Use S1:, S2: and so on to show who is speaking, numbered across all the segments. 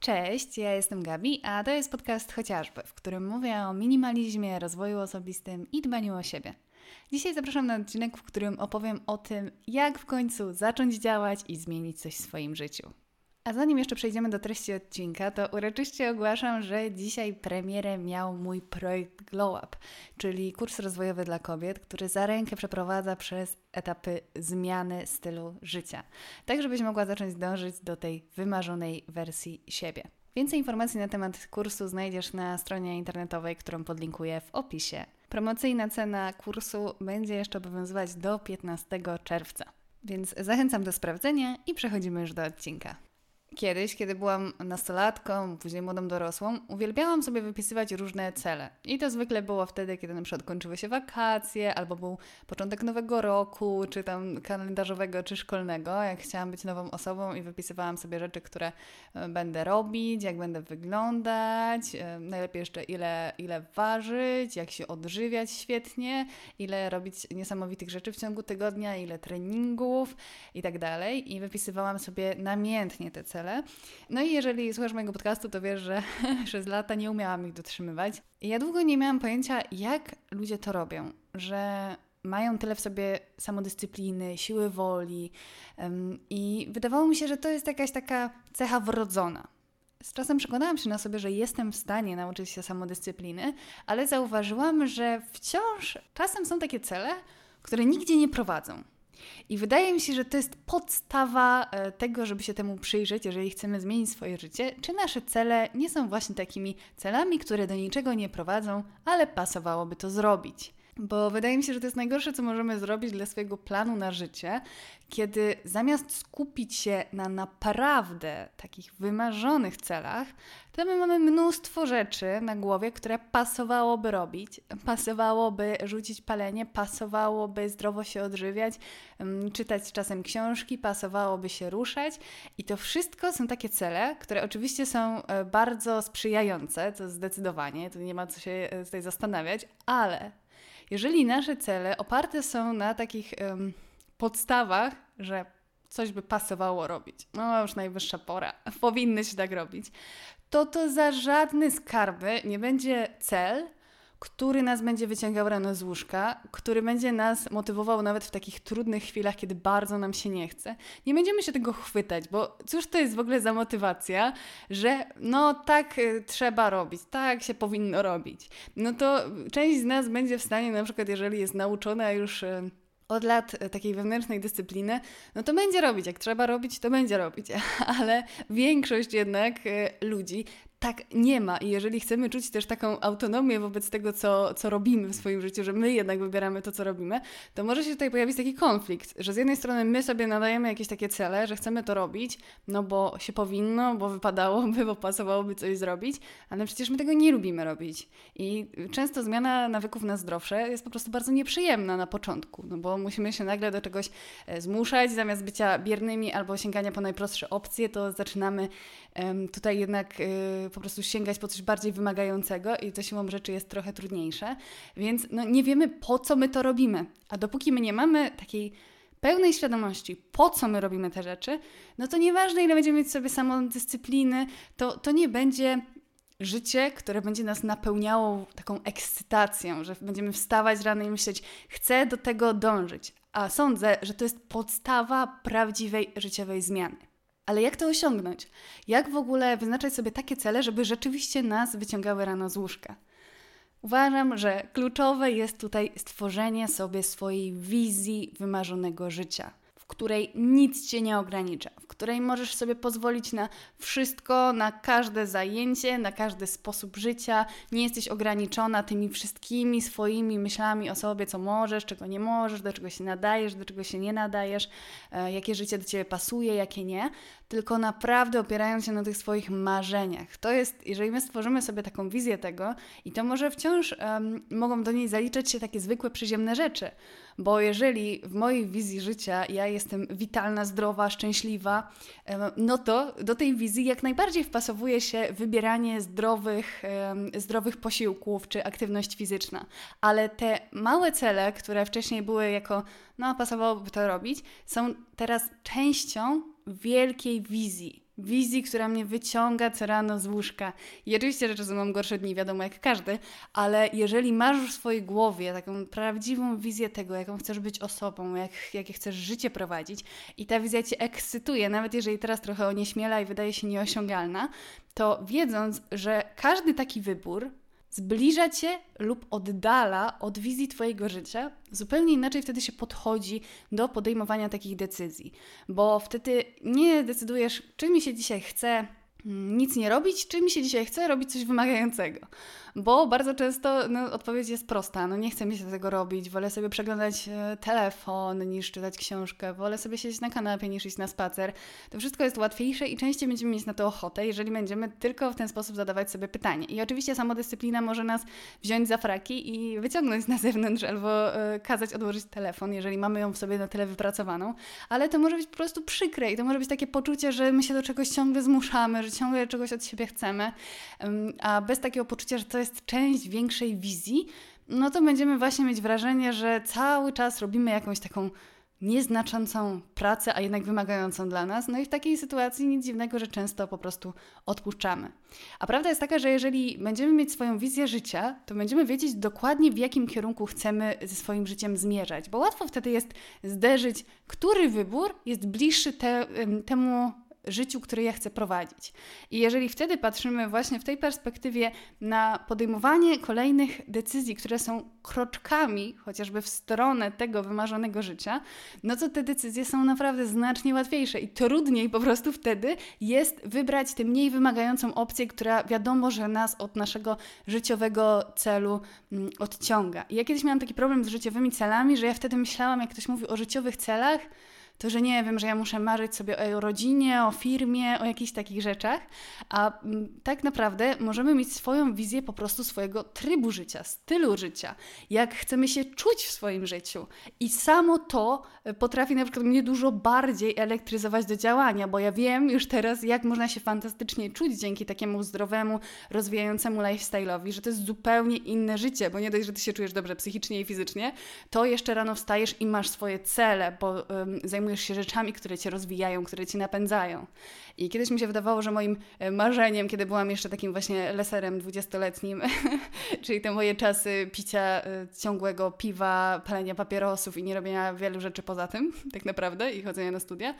S1: Cześć, ja jestem Gabi, a to jest podcast Chociażby, w którym mówię o minimalizmie, rozwoju osobistym i dbaniu o siebie. Dzisiaj zapraszam na odcinek, w którym opowiem o tym, jak w końcu zacząć działać i zmienić coś w swoim życiu. A zanim jeszcze przejdziemy do treści odcinka, to uroczyście ogłaszam, że dzisiaj premierę miał mój projekt Glow Up, czyli kurs rozwojowy dla kobiet, który za rękę przeprowadza przez etapy zmiany stylu życia, tak żebyś mogła zacząć dążyć do tej wymarzonej wersji siebie. Więcej informacji na temat kursu znajdziesz na stronie internetowej, którą podlinkuję w opisie. Promocyjna cena kursu będzie jeszcze obowiązywać do 15 czerwca, więc zachęcam do sprawdzenia i przechodzimy już do odcinka. Kiedyś, kiedy byłam nastolatką, później młodą dorosłą, uwielbiałam sobie wypisywać różne cele. I to zwykle było wtedy, kiedy na przykład kończyły się wakacje, albo był początek nowego roku, czy tam kalendarzowego, czy szkolnego, jak chciałam być nową osobą i wypisywałam sobie rzeczy, które będę robić, jak będę wyglądać, najlepiej jeszcze ile ważyć, jak się odżywiać świetnie, ile robić niesamowitych rzeczy w ciągu tygodnia, ile treningów i tak dalej. I wypisywałam sobie namiętnie te cele. No i jeżeli słuchasz mojego podcastu, to wiesz, że przez lata nie umiałam ich dotrzymywać. I ja długo nie miałam pojęcia, jak ludzie to robią, że mają tyle w sobie samodyscypliny, siły woli i wydawało mi się, że to jest jakaś taka cecha wrodzona. Z czasem przekonałam się na sobie, że jestem w stanie nauczyć się samodyscypliny, ale zauważyłam, że wciąż czasem są takie cele, które nigdzie nie prowadzą. I wydaje mi się, że to jest podstawa tego, żeby się temu przyjrzeć, jeżeli chcemy zmienić swoje życie, czy nasze cele nie są właśnie takimi celami, które do niczego nie prowadzą, ale pasowałoby to zrobić. Bo wydaje mi się, że to jest najgorsze, co możemy zrobić dla swojego planu na życie, kiedy zamiast skupić się na naprawdę takich wymarzonych celach, to my mamy mnóstwo rzeczy na głowie, które pasowałoby robić, pasowałoby rzucić palenie, pasowałoby zdrowo się odżywiać, czytać czasem książki, pasowałoby się ruszać i to wszystko są takie cele, które oczywiście są bardzo sprzyjające, to zdecydowanie, to nie ma co się tutaj zastanawiać, ale jeżeli nasze cele oparte są na takich podstawach, że coś by pasowało robić, no już najwyższa pora, powinny się tak robić, to za żadne skarby nie będzie cel, który nas będzie wyciągał rano z łóżka, który będzie nas motywował nawet w takich trudnych chwilach, kiedy bardzo nam się nie chce. Nie będziemy się tego chwytać, bo cóż to jest w ogóle za motywacja, że no tak trzeba robić, tak się powinno robić. No to część z nas będzie w stanie, na przykład jeżeli jest nauczona już od lat takiej wewnętrznej dyscypliny, no to będzie robić, jak trzeba robić, to będzie robić, ale większość jednak ludzi tak nie ma i jeżeli chcemy czuć też taką autonomię wobec tego, co robimy w swoim życiu, że my jednak wybieramy to, co robimy, to może się tutaj pojawić taki konflikt, że z jednej strony my sobie nadajemy jakieś takie cele, że chcemy to robić, no bo się powinno, bo wypadałoby, bo pasowałoby coś zrobić, ale przecież my tego nie lubimy robić i często zmiana nawyków na zdrowsze jest po prostu bardzo nieprzyjemna na początku, no bo musimy się nagle do czegoś zmuszać, zamiast bycia biernymi albo sięgania po najprostsze opcje, to zaczynamy tutaj jednak po prostu sięgać po coś bardziej wymagającego i to siłą rzeczy jest trochę trudniejsze, więc no, nie wiemy, po co my to robimy. A dopóki my nie mamy takiej pełnej świadomości, po co my robimy te rzeczy, no to nieważne, ile będziemy mieć sobie samodyscypliny, to nie będzie życie, które będzie nas napełniało taką ekscytacją, że będziemy wstawać rano i myśleć, chcę do tego dążyć. A sądzę, że to jest podstawa prawdziwej życiowej zmiany. Ale jak to osiągnąć? Jak w ogóle wyznaczać sobie takie cele, żeby rzeczywiście nas wyciągały rano z łóżka? Uważam, że kluczowe jest tutaj stworzenie sobie swojej wizji wymarzonego życia, w której nic Cię nie ogranicza, w której możesz sobie pozwolić na wszystko, na każde zajęcie, na każdy sposób życia. Nie jesteś ograniczona tymi wszystkimi swoimi myślami o sobie, co możesz, czego nie możesz, do czego się nadajesz, do czego się nie nadajesz, jakie życie do Ciebie pasuje, jakie nie, tylko naprawdę opierając się na tych swoich marzeniach. To jest, jeżeli my stworzymy sobie taką wizję tego i to może wciąż mogą do niej zaliczać się takie zwykłe, przyziemne rzeczy, bo jeżeli w mojej wizji życia ja jestem witalna, zdrowa, szczęśliwa, no to do tej wizji jak najbardziej wpasowuje się wybieranie zdrowych posiłków czy aktywność fizyczna. Ale te małe cele, które wcześniej były jako, no pasowałoby to robić, są teraz częścią wielkiej wizji. wizji, która mnie wyciąga co rano z łóżka. I oczywiście, że czasem mam gorsze dni, wiadomo, jak każdy, ale jeżeli masz już w swojej głowie taką prawdziwą wizję tego, jaką chcesz być osobą, jakie chcesz życie prowadzić i ta wizja Cię ekscytuje, nawet jeżeli teraz trochę onieśmiela i wydaje się nieosiągalna, to wiedząc, że każdy taki wybór zbliża Cię lub oddala od wizji Twojego życia, zupełnie inaczej wtedy się podchodzi do podejmowania takich decyzji. Bo wtedy nie decydujesz, czy mi się dzisiaj chce nic nie robić, czy mi się dzisiaj chce robić coś wymagającego. Bo bardzo często odpowiedź jest prosta, nie chce mi się tego robić, wolę sobie przeglądać telefon niż czytać książkę, wolę sobie siedzieć na kanapie niż iść na spacer. To wszystko jest łatwiejsze i częściej będziemy mieć na to ochotę, jeżeli będziemy tylko w ten sposób zadawać sobie pytanie. I oczywiście samodyscyplina może nas wziąć za fraki i wyciągnąć na zewnątrz albo kazać odłożyć telefon, jeżeli mamy ją w sobie na tyle wypracowaną, ale to może być po prostu przykre i to może być takie poczucie, że my się do czegoś ciągle zmuszamy, że ciągle czegoś od siebie chcemy, a bez takiego poczucia, że to jest część większej wizji, to będziemy właśnie mieć wrażenie, że cały czas robimy jakąś taką nieznaczącą pracę, a jednak wymagającą dla nas. I w takiej sytuacji nic dziwnego, że często po prostu odpuszczamy. A prawda jest taka, że jeżeli będziemy mieć swoją wizję życia, to będziemy wiedzieć dokładnie, w jakim kierunku chcemy ze swoim życiem zmierzać, bo łatwo wtedy jest zderzyć, który wybór jest bliższy temu życiu, które ja chcę prowadzić. I jeżeli wtedy patrzymy właśnie w tej perspektywie na podejmowanie kolejnych decyzji, które są kroczkami chociażby w stronę tego wymarzonego życia, to te decyzje są naprawdę znacznie łatwiejsze i trudniej po prostu wtedy jest wybrać tę mniej wymagającą opcję, która wiadomo, że nas od naszego życiowego celu odciąga. I ja kiedyś miałam taki problem z życiowymi celami, że ja wtedy myślałam, jak ktoś mówi o życiowych celach, to, że nie wiem, że ja muszę marzyć sobie o rodzinie, o firmie, o jakichś takich rzeczach, a tak naprawdę możemy mieć swoją wizję po prostu swojego trybu życia, stylu życia, jak chcemy się czuć w swoim życiu. I samo to potrafi na przykład mnie dużo bardziej elektryzować do działania, bo ja wiem już teraz, jak można się fantastycznie czuć dzięki takiemu zdrowemu, rozwijającemu lifestyle'owi, że to jest zupełnie inne życie, bo nie dość, że ty się czujesz dobrze psychicznie i fizycznie, to jeszcze rano wstajesz i masz swoje cele, bo zajmujesz się rzeczami, które cię rozwijają, które cię napędzają. I kiedyś mi się wydawało, że moim marzeniem, kiedy byłam jeszcze takim właśnie leserem 20-letnim, czyli te moje czasy picia ciągłego piwa, palenia papierosów i nie robienia wielu rzeczy poza tym, tak naprawdę, i chodzenia na studia,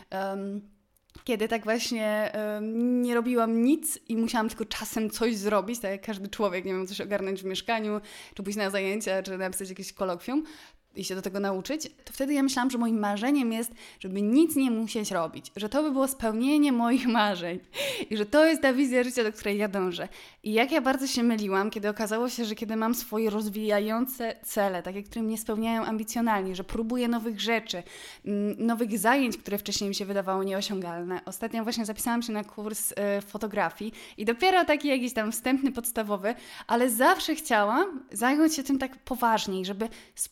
S1: kiedy tak właśnie nie robiłam nic i musiałam tylko czasem coś zrobić, tak jak każdy człowiek, nie wiem, coś ogarnąć w mieszkaniu, czy pójść na zajęcia, czy napisać jakieś kolokwium i się do tego nauczyć, to wtedy ja myślałam, że moim marzeniem jest, żeby nic nie musieć robić, że to by było spełnienie moich marzeń i że to jest ta wizja życia, do której ja dążę. I jak ja bardzo się myliłam, kiedy okazało się, że kiedy mam swoje rozwijające cele, takie, które mnie spełniają ambicjonalnie, że próbuję nowych rzeczy, nowych zajęć, które wcześniej mi się wydawało nieosiągalne. Ostatnio właśnie zapisałam się na kurs fotografii i dopiero taki jakiś tam wstępny, podstawowy, ale zawsze chciałam zająć się tym tak poważniej, żeby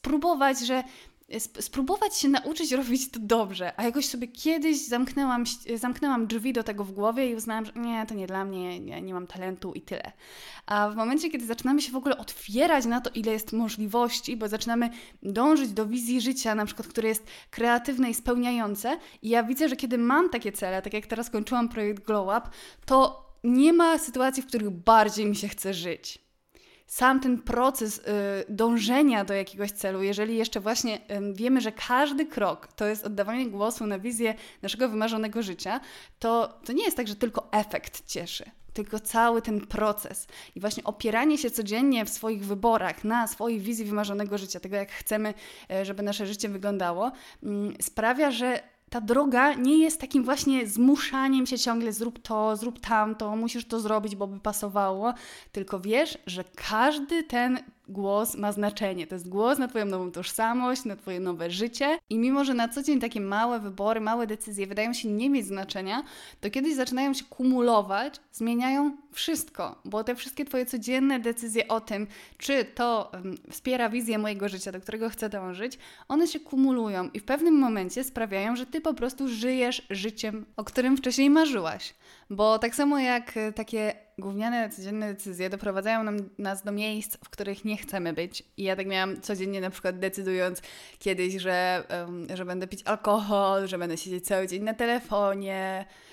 S1: spróbować się nauczyć robić to dobrze, a jakoś sobie kiedyś zamknęłam drzwi do tego w głowie i uznałam, że nie, to nie dla mnie, nie mam talentu i tyle. A w momencie, kiedy zaczynamy się w ogóle otwierać na to, ile jest możliwości, bo zaczynamy dążyć do wizji życia, na przykład, które jest kreatywne i spełniające, i ja widzę, że kiedy mam takie cele, tak jak teraz kończyłam projekt Glow Up, to nie ma sytuacji, w których bardziej mi się chce żyć. Sam ten proces dążenia do jakiegoś celu, jeżeli jeszcze właśnie wiemy, że każdy krok to jest oddawanie głosu na wizję naszego wymarzonego życia, to nie jest tak, że tylko efekt cieszy, tylko cały ten proces. I właśnie opieranie się codziennie w swoich wyborach na swojej wizji wymarzonego życia, tego jak chcemy, żeby nasze życie wyglądało, sprawia, że ta droga nie jest takim właśnie zmuszaniem się ciągle zrób to, zrób tamto, musisz to zrobić, bo by pasowało, tylko wiesz, że każdy ten głos ma znaczenie. To jest głos na twoją nową tożsamość, na twoje nowe życie i mimo, że na co dzień takie małe wybory, małe decyzje wydają się nie mieć znaczenia, to kiedyś zaczynają się kumulować, zmieniają wszystko, bo te wszystkie twoje codzienne decyzje o tym, czy to wspiera wizję mojego życia, do którego chcę dążyć, one się kumulują i w pewnym momencie sprawiają, że ty po prostu żyjesz życiem, o którym wcześniej marzyłaś. Bo tak samo jak takie gówniane, codzienne decyzje doprowadzają nas do miejsc, w których nie chcemy być. I ja tak miałam codziennie, na przykład decydując kiedyś, że będę pić alkohol, że będę siedzieć cały dzień na telefonie,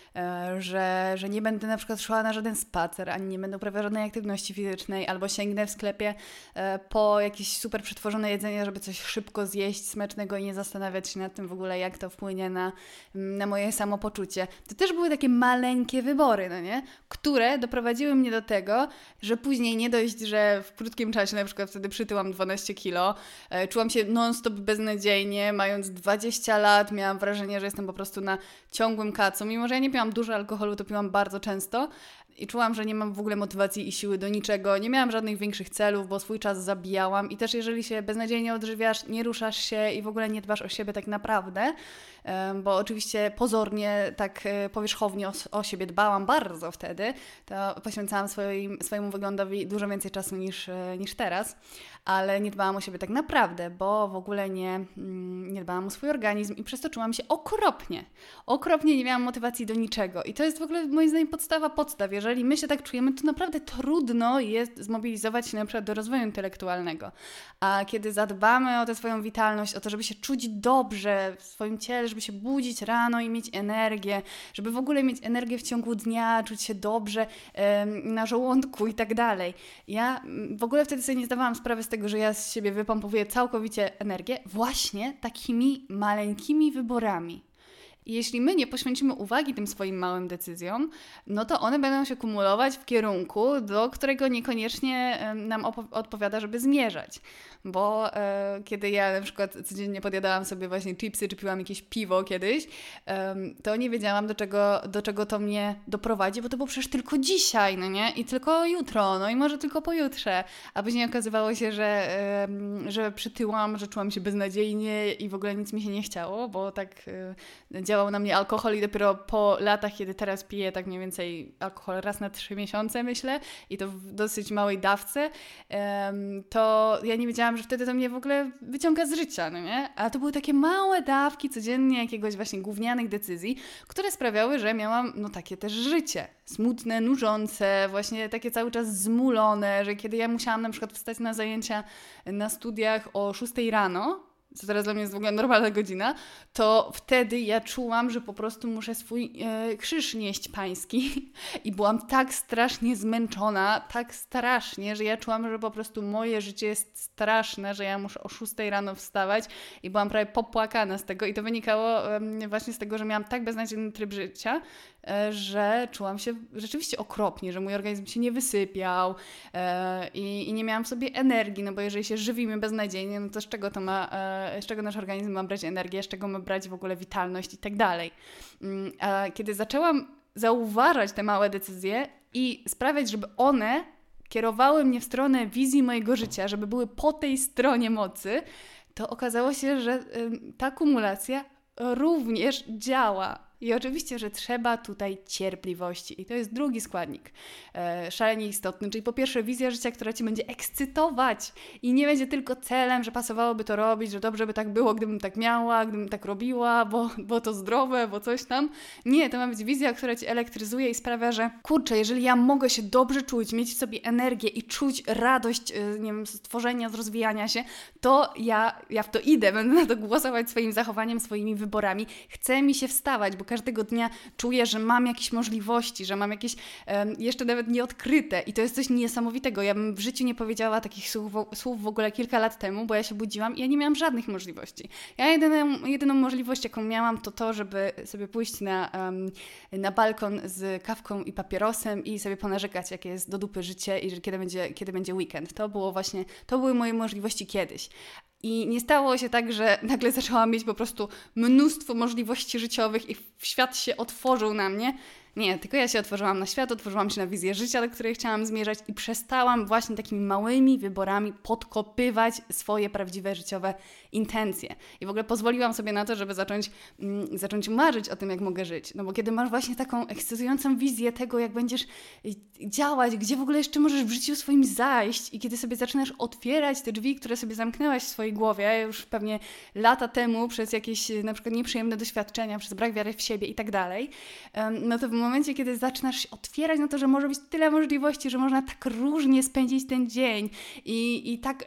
S1: że nie będę na przykład szła na żaden spacer, ani nie będę uprawiała żadnej aktywności fizycznej, albo sięgnę w sklepie po jakieś super przetworzone jedzenie, żeby coś szybko zjeść, smecznego i nie zastanawiać się nad tym w ogóle, jak to wpłynie na moje samopoczucie. To też były takie maleńkie wybory, no nie? Które doprowadziły mnie do tego, że później nie dość, że w krótkim czasie, na przykład wtedy przytyłam 12 kilo, czułam się non-stop beznadziejnie, mając 20 lat, miałam wrażenie, że jestem po prostu na ciągłym kacu. Mimo że ja nie piłam dużo alkoholu, to piłam bardzo często i czułam, że nie mam w ogóle motywacji i siły do niczego. Nie miałam żadnych większych celów, bo swój czas zabijałam i też jeżeli się beznadziejnie odżywiasz, nie ruszasz się i w ogóle nie dbasz o siebie tak naprawdę, bo oczywiście pozornie, tak powierzchownie o siebie dbałam bardzo wtedy, to poświęcałam swojemu wyglądowi dużo więcej czasu niż teraz, ale nie dbałam o siebie tak naprawdę, bo w ogóle nie dbałam o swój organizm i przez to czułam się okropnie. Okropnie nie miałam motywacji do niczego i to jest w ogóle moim zdaniem podstaw. Jeżeli my się tak czujemy, to naprawdę trudno jest zmobilizować się na przykład do rozwoju intelektualnego. A kiedy zadbamy o tę swoją witalność, o to, żeby się czuć dobrze w swoim ciele, żeby się budzić rano i mieć energię, żeby w ogóle mieć energię w ciągu dnia, czuć się dobrze na żołądku i tak dalej. Ja w ogóle wtedy sobie nie zdawałam sprawy z tego, że ja z siebie wypompowuję całkowicie energię właśnie takimi maleńkimi wyborami. I jeśli my nie poświęcimy uwagi tym swoim małym decyzjom, no to one będą się kumulować w kierunku, do którego niekoniecznie nam odpowiada, żeby zmierzać. Bo kiedy ja na przykład codziennie podjadałam sobie właśnie chipsy, czy piłam jakieś piwo kiedyś, to nie wiedziałam, do czego to mnie doprowadzi, bo to było przecież tylko dzisiaj, no nie? I tylko jutro, no i może tylko pojutrze. A później okazywało się, że przytyłam, że czułam się beznadziejnie i w ogóle nic mi się nie chciało, bo tak działał na mnie alkohol i dopiero po latach, kiedy teraz piję tak mniej więcej alkohol raz na 3 miesiące, myślę, i to w dosyć małej dawce, to ja nie wiedziałam, że wtedy to mnie w ogóle wyciąga z życia, no nie? A to były takie małe dawki codziennie jakiegoś właśnie gównianych decyzji, które sprawiały, że miałam no takie też życie. Smutne, nużące, właśnie takie cały czas zmulone, że kiedy ja musiałam na przykład wstać na zajęcia na studiach o 6 rano, co teraz dla mnie jest w ogóle normalna godzina, to wtedy ja czułam, że po prostu muszę swój krzyż nieść pański i byłam tak strasznie zmęczona, tak strasznie, że ja czułam, że po prostu moje życie jest straszne, że ja muszę o 6 rano wstawać i byłam prawie popłakana z tego i to wynikało właśnie z tego, że miałam tak beznadziejny tryb życia, że czułam się rzeczywiście okropnie, że mój organizm się nie wysypiał i nie miałam w sobie energii, no bo jeżeli się żywimy beznadziejnie, no to z czego nasz organizm ma brać energię, z czego ma brać w ogóle witalność i tak dalej. A kiedy zaczęłam zauważać te małe decyzje i sprawiać, żeby one kierowały mnie w stronę wizji mojego życia, żeby były po tej stronie mocy, to okazało się, że ta kumulacja również działa. I oczywiście, że trzeba tutaj cierpliwości. I to jest drugi składnik, szalenie istotny. Czyli po pierwsze wizja życia, która Cię będzie ekscytować i nie będzie tylko celem, że pasowałoby to robić, że dobrze by tak było, gdybym tak miała, gdybym tak robiła, bo to zdrowe, bo coś tam. Nie, to ma być wizja, która Cię elektryzuje i sprawia, że kurczę, jeżeli ja mogę się dobrze czuć, mieć w sobie energię i czuć radość, nie wiem, z tworzenia, z rozwijania się, to ja w to idę, będę na to głosować swoim zachowaniem, swoimi wyborami. Chce mi się wstawać, bo każdego dnia czuję, że mam jakieś możliwości, że mam jakieś jeszcze nawet nieodkryte i to jest coś niesamowitego. Ja bym w życiu nie powiedziała takich słów w ogóle kilka lat temu, bo ja się budziłam i ja nie miałam żadnych możliwości. Ja jedyną możliwość, jaką miałam, to żeby sobie pójść na balkon z kawką i papierosem i sobie ponarzekać, jakie jest do dupy życie i że kiedy będzie weekend. To były moje możliwości kiedyś. I nie stało się tak, że nagle zaczęłam mieć po prostu mnóstwo możliwości życiowych i świat się otworzył na mnie. Nie, tylko ja się otworzyłam na świat, otworzyłam się na wizję życia, do której chciałam zmierzać i przestałam właśnie takimi małymi wyborami podkopywać swoje prawdziwe życiowe intencje. I w ogóle pozwoliłam sobie na to, żeby zacząć marzyć o tym, jak mogę żyć. No bo kiedy masz właśnie taką ekscytującą wizję tego, jak będziesz działać, gdzie w ogóle jeszcze możesz w życiu swoim zajść i kiedy sobie zaczynasz otwierać te drzwi, które sobie zamknęłaś w swojej głowie już pewnie lata temu przez jakieś na przykład nieprzyjemne doświadczenia, przez brak wiary w siebie i tak dalej, no to w momencie, kiedy zaczynasz się otwierać na to, że może być tyle możliwości, że można tak różnie spędzić ten dzień i tak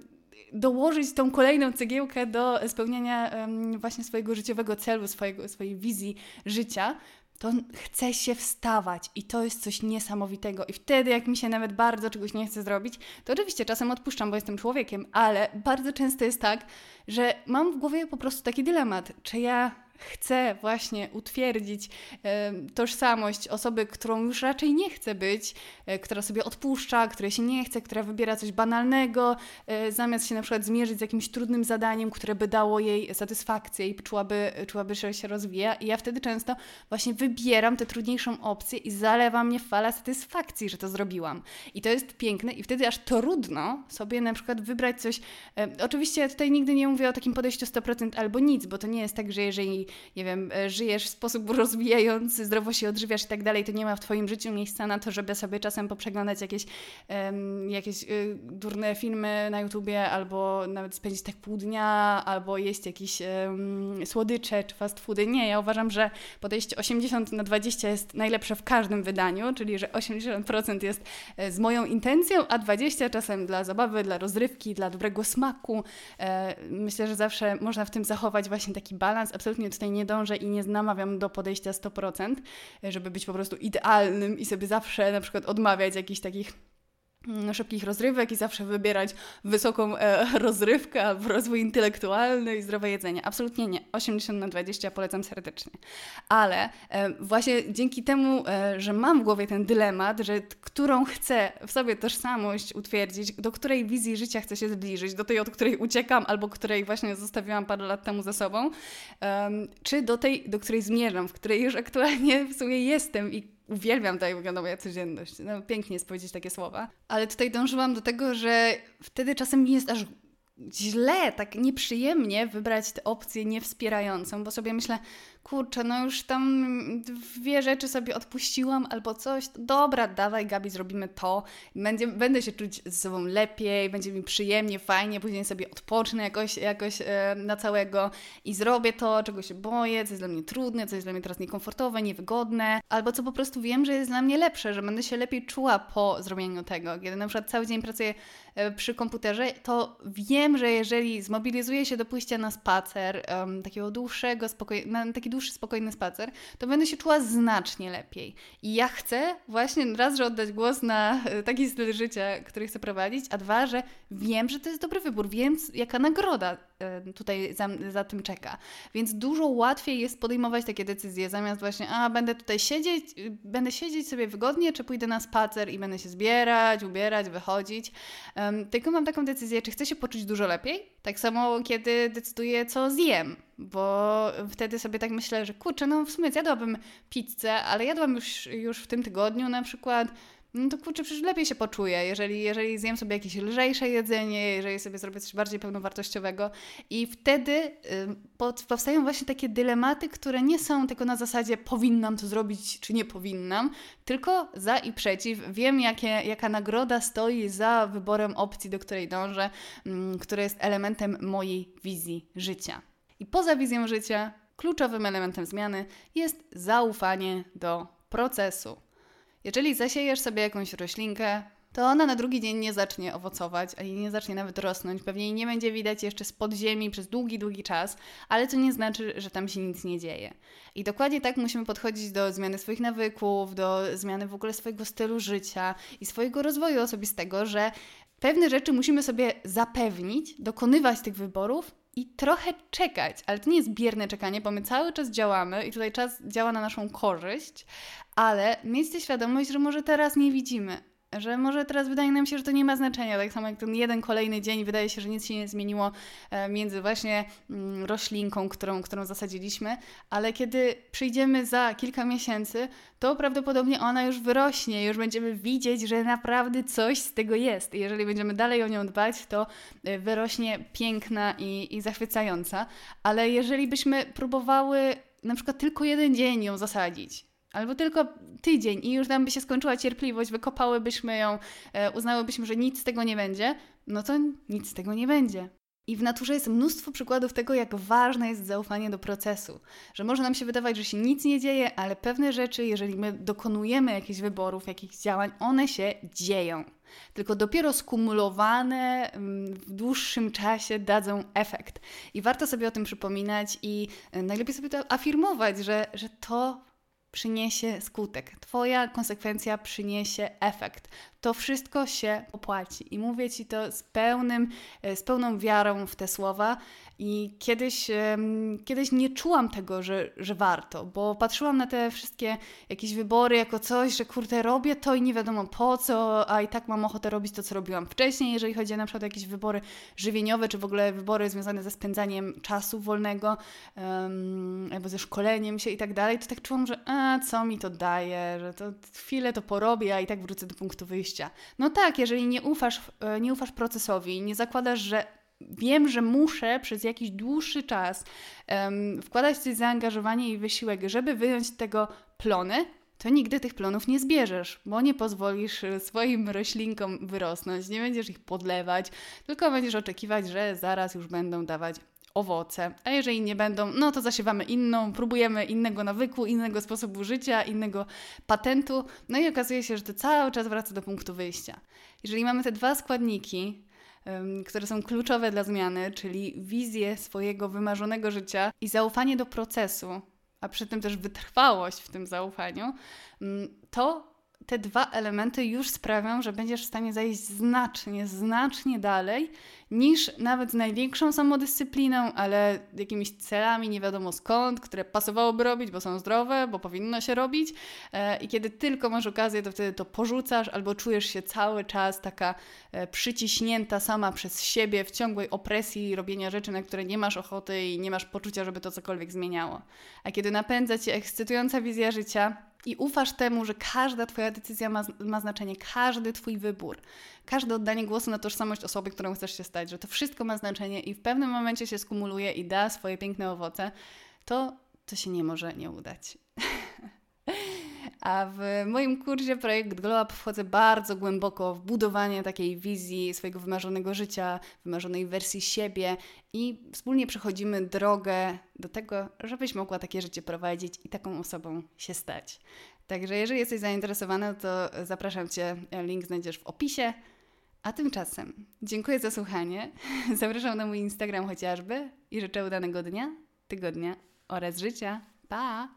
S1: dołożyć tą kolejną cegiełkę do spełniania właśnie swojego życiowego celu, swojej wizji życia, to chce się wstawać i to jest coś niesamowitego. I wtedy, jak mi się nawet bardzo czegoś nie chce zrobić, to oczywiście czasem odpuszczam, bo jestem człowiekiem, ale bardzo często jest tak, że mam w głowie po prostu taki dylemat, czy ja chcę właśnie utwierdzić tożsamość osoby, którą już raczej nie chce być, która sobie odpuszcza, której się nie chce, która wybiera coś banalnego, zamiast się na przykład zmierzyć z jakimś trudnym zadaniem, które by dało jej satysfakcję i czułaby, że się rozwija. I ja wtedy często właśnie wybieram tę trudniejszą opcję i zalewa mnie fala satysfakcji, że to zrobiłam. I to jest piękne i wtedy aż trudno sobie na przykład wybrać coś. Oczywiście tutaj nigdy nie mówię o takim podejściu 100% albo nic, bo to nie jest tak, że jeżeli nie wiem, żyjesz w sposób rozwijający, zdrowo się odżywiasz i tak dalej, to nie ma w Twoim życiu miejsca na to, żeby sobie czasem poprzeglądać jakieś durne filmy na YouTubie, albo nawet spędzić tak pół dnia, albo jeść jakieś słodycze czy fast foody. Nie, ja uważam, że podejście 80/20 jest najlepsze w każdym wydaniu, czyli że 80% jest z moją intencją, a 20% czasem dla zabawy, dla rozrywki, dla dobrego smaku. Myślę, że zawsze można w tym zachować właśnie taki balans. Absolutnie tutaj nie dążę i nie namawiam do podejścia 100%, żeby być po prostu idealnym i sobie zawsze na przykład odmawiać jakichś takich szybkich rozrywek i zawsze wybierać wysoką rozrywkę albo rozwój intelektualny i zdrowe jedzenie. Absolutnie nie. 80/20 polecam serdecznie. Ale właśnie dzięki temu, że mam w głowie ten dylemat, że którą chcę w sobie tożsamość utwierdzić, do której wizji życia chcę się zbliżyć, do tej, od której uciekam albo której właśnie zostawiłam parę lat temu za sobą, czy do tej, do której zmierzam, w której już aktualnie w sumie jestem i uwielbiam tak wygląda moja codzienność. No, pięknie jest powiedzieć takie słowa. Ale tutaj dążyłam do tego, że wtedy czasem mi jest aż źle, tak nieprzyjemnie wybrać tę opcję niewspierającą, bo sobie myślę, kurczę, no już tam 2 rzeczy sobie odpuściłam albo coś, to dobra, dawaj Gabi, zrobimy to. Będę się czuć ze sobą lepiej, będzie mi przyjemnie, fajnie, później sobie odpocznę jakoś na całego i zrobię to, czego się boję, co jest dla mnie trudne, co jest dla mnie teraz niekomfortowe, niewygodne, albo co po prostu wiem, że jest dla mnie lepsze, że będę się lepiej czuła po zrobieniu tego. Kiedy na przykład cały dzień pracuję przy komputerze, to wiem, że jeżeli zmobilizuję się do pójścia na spacer, takiego dłuższego, taki dłuższy, spokojny spacer, to będę się czuła znacznie lepiej. I ja chcę właśnie raz, że oddać głos na taki styl życia, który chcę prowadzić, a 2, że wiem, że to jest dobry wybór, wiem, jaka nagroda tutaj za tym czeka. Więc dużo łatwiej jest podejmować takie decyzje, zamiast właśnie, będę siedzieć sobie wygodnie, czy pójdę na spacer i będę się zbierać, ubierać, wychodzić. Tylko mam taką decyzję, czy chcę się poczuć dużo lepiej. Tak samo, kiedy decyduję, co zjem, bo wtedy sobie tak myślę, że kurczę, no w sumie zjadłabym pizzę, ale jadłam już w tym tygodniu na przykład. No to kurczę, przecież lepiej się poczuję, jeżeli zjem sobie jakieś lżejsze jedzenie, jeżeli sobie zrobię coś bardziej pełnowartościowego. I wtedy powstają właśnie takie dylematy, które nie są tylko na zasadzie powinnam to zrobić, czy nie powinnam, tylko za i przeciw. Wiem, jaka nagroda stoi za wyborem opcji, do której dążę, która jest elementem mojej wizji życia. I poza wizją życia, kluczowym elementem zmiany jest zaufanie do procesu. Jeżeli zasiejesz sobie jakąś roślinkę, to ona na drugi dzień nie zacznie owocować, ani nie zacznie nawet rosnąć. Pewnie jej nie będzie widać jeszcze spod ziemi przez długi, długi czas, ale to nie znaczy, że tam się nic nie dzieje. I dokładnie tak musimy podchodzić do zmiany swoich nawyków, do zmiany w ogóle swojego stylu życia i swojego rozwoju osobistego, że pewne rzeczy musimy sobie zapewnić, dokonywać tych wyborów i trochę czekać, ale to nie jest bierne czekanie, bo my cały czas działamy i tutaj czas działa na naszą korzyść, ale mieć świadomość, że może teraz nie widzimy, że może teraz wydaje nam się, że to nie ma znaczenia, tak samo jak ten jeden kolejny dzień wydaje się, że nic się nie zmieniło między właśnie roślinką, którą zasadziliśmy, ale kiedy przyjdziemy za kilka miesięcy, to prawdopodobnie ona już wyrośnie, już będziemy widzieć, że naprawdę coś z tego jest. I jeżeli będziemy dalej o nią dbać, to wyrośnie piękna i zachwycająca, ale jeżeli byśmy próbowały na przykład tylko jeden dzień ją zasadzić, albo tylko tydzień i już nam by się skończyła cierpliwość, wykopałybyśmy ją, uznałybyśmy, że nic z tego nie będzie, no to nic z tego nie będzie. I w naturze jest mnóstwo przykładów tego, jak ważne jest zaufanie do procesu. Że może nam się wydawać, że się nic nie dzieje, ale pewne rzeczy, jeżeli my dokonujemy jakichś wyborów, jakichś działań, one się dzieją. Tylko dopiero skumulowane w dłuższym czasie dadzą efekt. I warto sobie o tym przypominać i najlepiej sobie to afirmować, że to przyniesie skutek. Twoja konsekwencja przyniesie efekt. To wszystko się opłaci. I mówię Ci to z pełną wiarą w te słowa. I kiedyś nie czułam tego, że warto, bo patrzyłam na te wszystkie jakieś wybory jako coś, że kurde, robię to i nie wiadomo po co, a i tak mam ochotę robić to, co robiłam wcześniej, jeżeli chodzi o na przykład jakieś wybory żywieniowe, czy w ogóle wybory związane ze spędzaniem czasu wolnego, albo ze szkoleniem się i tak dalej, to tak czułam, że co mi to daje, że to chwilę to porobię, a i tak wrócę do punktu wyjścia. No tak, jeżeli nie ufasz procesowi, nie zakładasz, że wiem, że muszę przez jakiś dłuższy czas wkładać coś zaangażowanie i wysiłek, żeby wyjąć z tego plony, to nigdy tych plonów nie zbierzesz, bo nie pozwolisz swoim roślinkom wyrosnąć, nie będziesz ich podlewać, tylko będziesz oczekiwać, że zaraz już będą dawać owoce. A jeżeli nie będą, no to zasiewamy próbujemy innego nawyku, innego sposobu życia, innego patentu, no i okazuje się, że to cały czas wraca do punktu wyjścia. Jeżeli mamy te dwa składniki, które są kluczowe dla zmiany, czyli wizję swojego wymarzonego życia i zaufanie do procesu, a przy tym też wytrwałość w tym zaufaniu, to te dwa elementy już sprawią, że będziesz w stanie zajść znacznie dalej niż nawet z największą samodyscypliną, ale jakimiś celami nie wiadomo skąd, które pasowałoby robić, bo są zdrowe, bo powinno się robić i kiedy tylko masz okazję, to wtedy to porzucasz albo czujesz się cały czas taka przyciśnięta sama przez siebie w ciągłej opresji robienia rzeczy, na które nie masz ochoty i nie masz poczucia, żeby to cokolwiek zmieniało. A kiedy napędza Cię ekscytująca wizja życia i ufasz temu, że każda Twoja decyzja ma znaczenie, każdy Twój wybór, każde oddanie głosu na tożsamość osoby, którą chcesz się stać, że to wszystko ma znaczenie i w pewnym momencie się skumuluje i da swoje piękne owoce, to się nie może nie udać. A w moim kursie Projekt Glow Up wchodzę bardzo głęboko w budowanie takiej wizji swojego wymarzonego życia, wymarzonej wersji siebie i wspólnie przechodzimy drogę do tego, żebyś mogła takie życie prowadzić i taką osobą się stać. Także jeżeli jesteś zainteresowana, to zapraszam Cię, link znajdziesz w opisie. A tymczasem dziękuję za słuchanie, zapraszam na mój Instagram chociażby i życzę udanego dnia, tygodnia oraz życia. Pa!